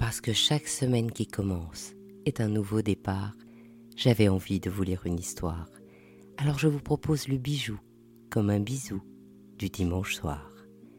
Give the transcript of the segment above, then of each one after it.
Parce que chaque semaine qui commence est un nouveau départ, j'avais envie de vous lire une histoire. Alors je vous propose le bijou, comme un bisou, du dimanche soir.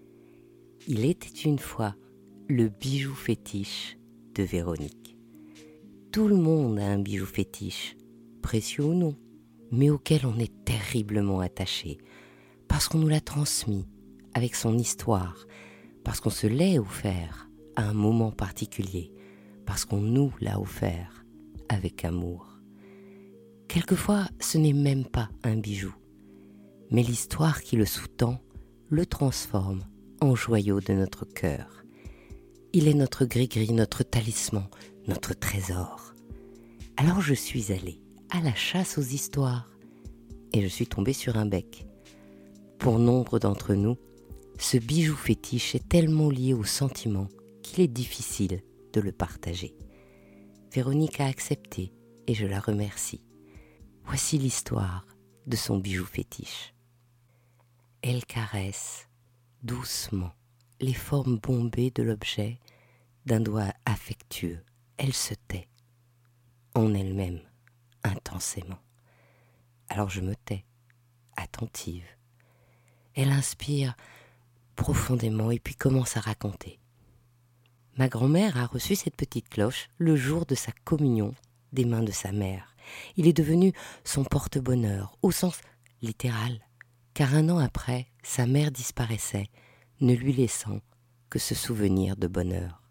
Il était une fois le bijou fétiche de Véronique. Tout le monde a un bijou fétiche, précieux ou non, mais auquel on est terriblement attaché, parce qu'on nous l'a transmis avec son histoire, parce qu'on se l'est offert à un moment particulier, parce qu'on nous l'a offert avec amour. Quelquefois, ce n'est même pas un bijou, mais l'histoire qui le sous-tend le transforme en joyau de notre cœur. Il est notre gris-gris, notre talisman, notre trésor. Alors je suis allée à la chasse aux histoires et je suis tombée sur un bec. Pour nombre d'entre nous, ce bijou fétiche est tellement lié au sentiment qu'il est difficile de le partager. Véronique a accepté et je la remercie. Voici l'histoire de son bijou fétiche. Elle caresse doucement les formes bombées de l'objet d'un doigt affectueux. Elle se tait en elle-même intensément. Alors je me tais, attentive. Elle inspire profondément et puis commence à raconter. Ma grand-mère a reçu cette petite cloche le jour de sa communion des mains de sa mère. Il est devenu son porte-bonheur, au sens littéral, car un an après, sa mère disparaissait, ne lui laissant que ce souvenir de bonheur.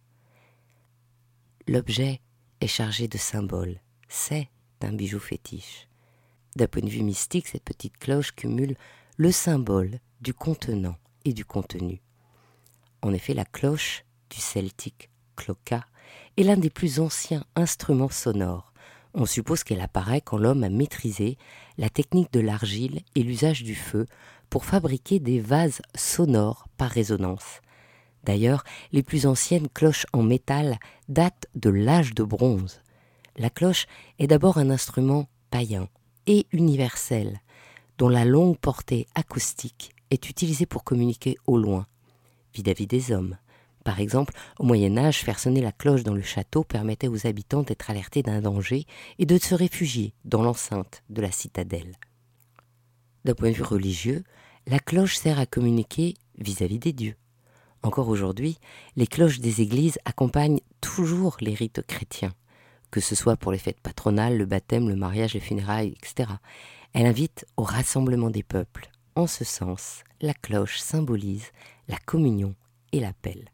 L'objet est chargé de symboles, c'est un bijou fétiche. D'un point de vue mystique, cette petite cloche cumule le symbole du contenant et du contenu. En effet, la cloche du celtique cloca est l'un des plus anciens instruments sonores. On suppose qu'elle apparaît quand l'homme a maîtrisé la technique de l'argile et l'usage du feu pour fabriquer des vases sonores par résonance. D'ailleurs, les plus anciennes cloches en métal datent de l'âge de bronze. La cloche est d'abord un instrument païen et universel, dont la longue portée acoustique est utilisée pour communiquer au loin, vis-à-vis des hommes. Par exemple, au Moyen-Âge, faire sonner la cloche dans le château permettait aux habitants d'être alertés d'un danger et de se réfugier dans l'enceinte de la citadelle. D'un point de vue religieux, la cloche sert à communiquer vis-à-vis des dieux. Encore aujourd'hui, les cloches des églises accompagnent toujours les rites chrétiens, que ce soit pour les fêtes patronales, le baptême, le mariage, les funérailles, etc. Elle invite au rassemblement des peuples. En ce sens, la cloche symbolise la communion et l'appel.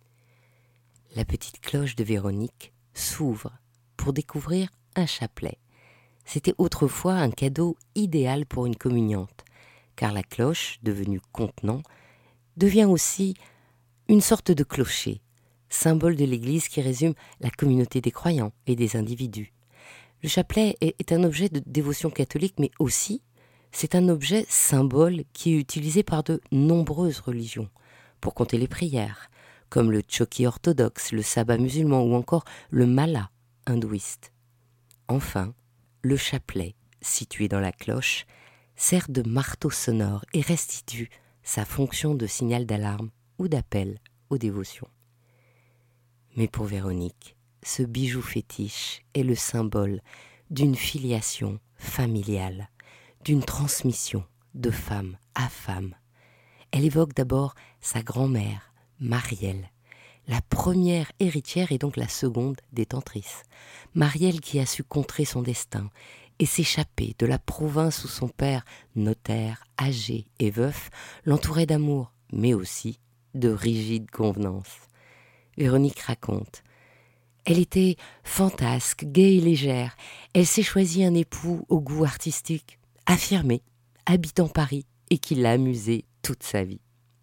La petite cloche de Véronique s'ouvre pour découvrir un chapelet. C'était autrefois un cadeau idéal pour une communiante, car la cloche, devenue contenant, devient aussi une sorte de clocher, symbole de l'Église qui résume la communauté des croyants et des individus. Le chapelet est un objet de dévotion catholique, mais aussi c'est un objet symbole qui est utilisé par de nombreuses religions pour compter les prières, comme le Chokhi orthodoxe, le sabbat musulman ou encore le mala hindouiste. Enfin, le chapelet, situé dans la cloche, sert de marteau sonore et restitue sa fonction de signal d'alarme ou d'appel aux dévotions. Mais pour Véronique, ce bijou fétiche est le symbole d'une filiation familiale, d'une transmission de femme à femme. Elle évoque d'abord sa grand-mère, Marielle, la première héritière et donc la seconde détentrice. Marielle qui a su contrer son destin et s'échapper de la province où son père, notaire, âgé et veuf, l'entourait d'amour, mais aussi de rigides convenances. Véronique raconte. Elle était fantasque, gaie et légère. Elle s'est choisie un époux au goût artistique, affirmé, habitant Paris et qui l'a amusée toute sa vie.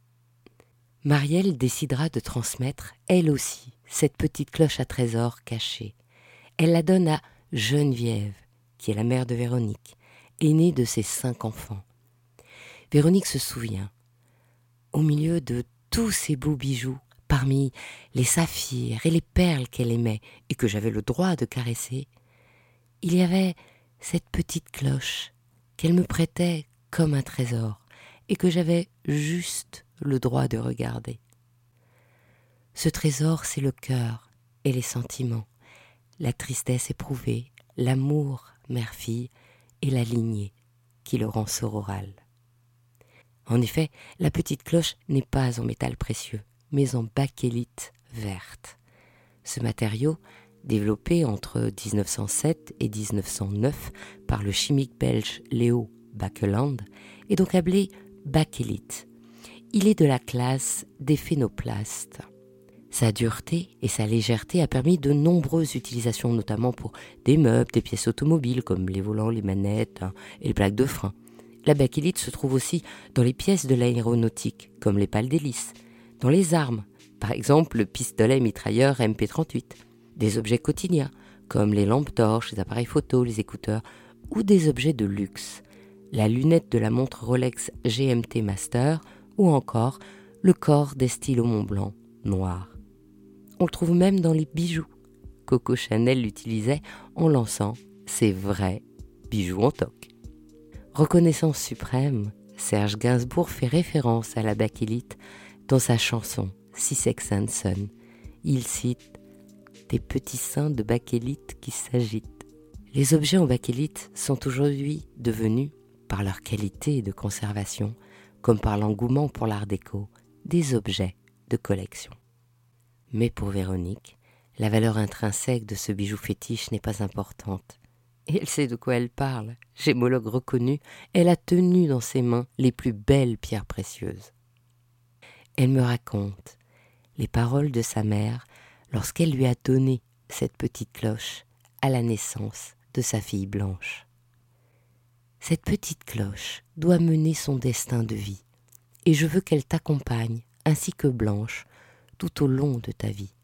Marielle décidera de transmettre, elle aussi, cette petite cloche à trésor cachée. Elle la donne à Geneviève, qui est la mère de Véronique, aînée de ses 5 enfants. Véronique se souvient, au milieu de tous ces beaux bijoux, parmi les saphirs et les perles qu'elle aimait et que j'avais le droit de caresser, il y avait cette petite cloche qu'elle me prêtait comme un trésor et que j'avais juste le droit de regarder. Ce trésor, c'est le cœur et les sentiments, la tristesse éprouvée, l'amour mère-fille et la lignée qui le rend sororal. En effet, la petite cloche n'est pas en métal précieux, mais en bakélite verte. Ce matériau, développé entre 1907 et 1909 par le chimique belge Leo Baekeland, est donc appelé bakélite. Il est de la classe des phénoplastes. Sa dureté et sa légèreté a permis de nombreuses utilisations, notamment pour des meubles, des pièces automobiles comme les volants, les manettes et les plaques de frein. La bakélite se trouve aussi dans les pièces de l'aéronautique, comme les pales d'hélice, dans les armes, par exemple le pistolet mitrailleur MP38, des objets quotidiens, comme les lampes torches, les appareils photo, les écouteurs, ou des objets de luxe, la lunette de la montre Rolex GMT Master, ou encore le corps des stylos Montblanc noirs. On le trouve même dans les bijoux. Coco Chanel l'utilisait en lançant ses vrais bijoux en toc. Reconnaissance suprême, Serge Gainsbourg fait référence à la bakélite dans sa chanson Si Sex and Son. Il cite « des petits seins de bakélite qui s'agitent ». Les objets en bakélite sont aujourd'hui devenus, par leur qualité de conservation, comme par l'engouement pour l'art déco, des objets de collection. Mais pour Véronique, la valeur intrinsèque de ce bijou fétiche n'est pas importante. Et elle sait de quoi elle parle. Gémologue reconnue, elle a tenu dans ses mains les plus belles pierres précieuses. Elle me raconte les paroles de sa mère lorsqu'elle lui a donné cette petite cloche à la naissance de sa fille Blanche. Cette petite cloche doit mener son destin de vie, et je veux qu'elle t'accompagne, ainsi que Blanche, tout au long de ta vie.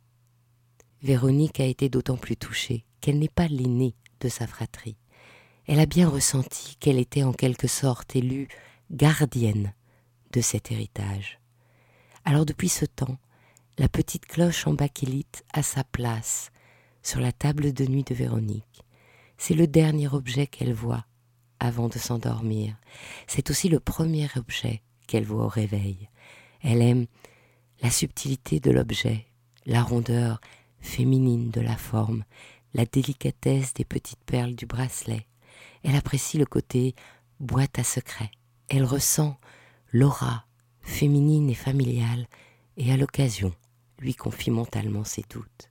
Véronique a été d'autant plus touchée qu'elle n'est pas l'aînée de sa fratrie. Elle a bien ressenti qu'elle était en quelque sorte élue gardienne de cet héritage. Alors depuis ce temps, la petite cloche en bakélite a sa place sur la table de nuit de Véronique. C'est le dernier objet qu'elle voit avant de s'endormir. C'est aussi le premier objet qu'elle voit au réveil. Elle aime la subtilité de l'objet, la rondeur féminine de la forme, la délicatesse des petites perles du bracelet. Elle apprécie le côté boîte à secrets. Elle ressent l'aura féminine et familiale et à l'occasion lui confie mentalement ses doutes.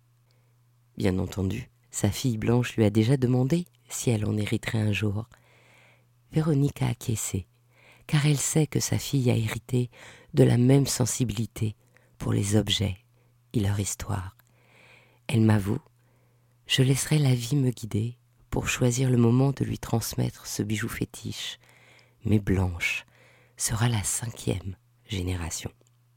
Bien entendu, sa fille Blanche lui a déjà demandé si elle en hériterait un jour. Véronique a acquiescé, car elle sait que sa fille a hérité de la même sensibilité pour les objets et leur histoire. Elle m'avoue, je laisserai la vie me guider pour choisir le moment de lui transmettre ce bijou fétiche, mais Blanche sera la 5e génération.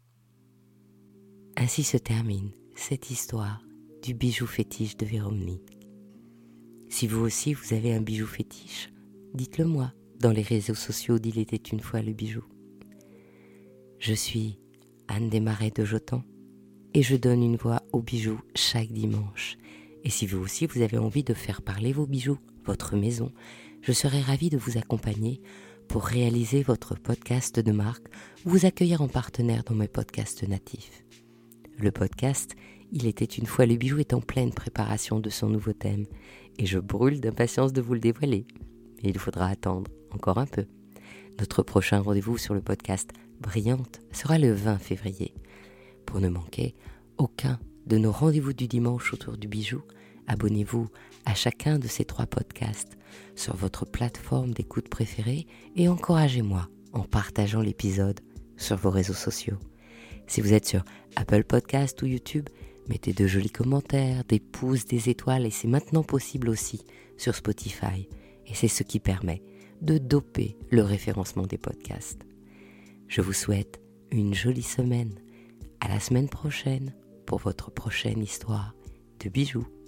Ainsi se termine cette histoire du bijou fétiche de Véronique. Si vous aussi vous avez un bijou fétiche, dites-le moi dans les réseaux sociaux d'Il était une fois le bijou. Je suis Anne Desmarais de Jotan et je donne une voix aux bijoux chaque dimanche. Et si vous aussi vous avez envie de faire parler vos bijoux, votre maison, je serai ravie de vous accompagner pour réaliser votre podcast de marque ou vous accueillir en partenaire dans mes podcasts natifs. Le podcast Il était une fois le bijou est en pleine préparation de son nouveau thème et je brûle d'impatience de vous le dévoiler. Mais il faudra attendre encore un peu. Notre prochain rendez-vous sur le podcast Brillante sera le 20 février. Pour ne manquer aucun de nos rendez-vous du dimanche autour du bijou, abonnez-vous à chacun de ces 3 podcasts sur votre plateforme d'écoute préférée et encouragez-moi en partageant l'épisode sur vos réseaux sociaux. Si vous êtes sur Apple Podcast ou YouTube, mettez de jolis commentaires, des pouces, des étoiles et c'est maintenant possible aussi sur Spotify. Et c'est ce qui permet de doper le référencement des podcasts. Je vous souhaite une jolie semaine. À la semaine prochaine pour votre prochaine histoire de bijoux.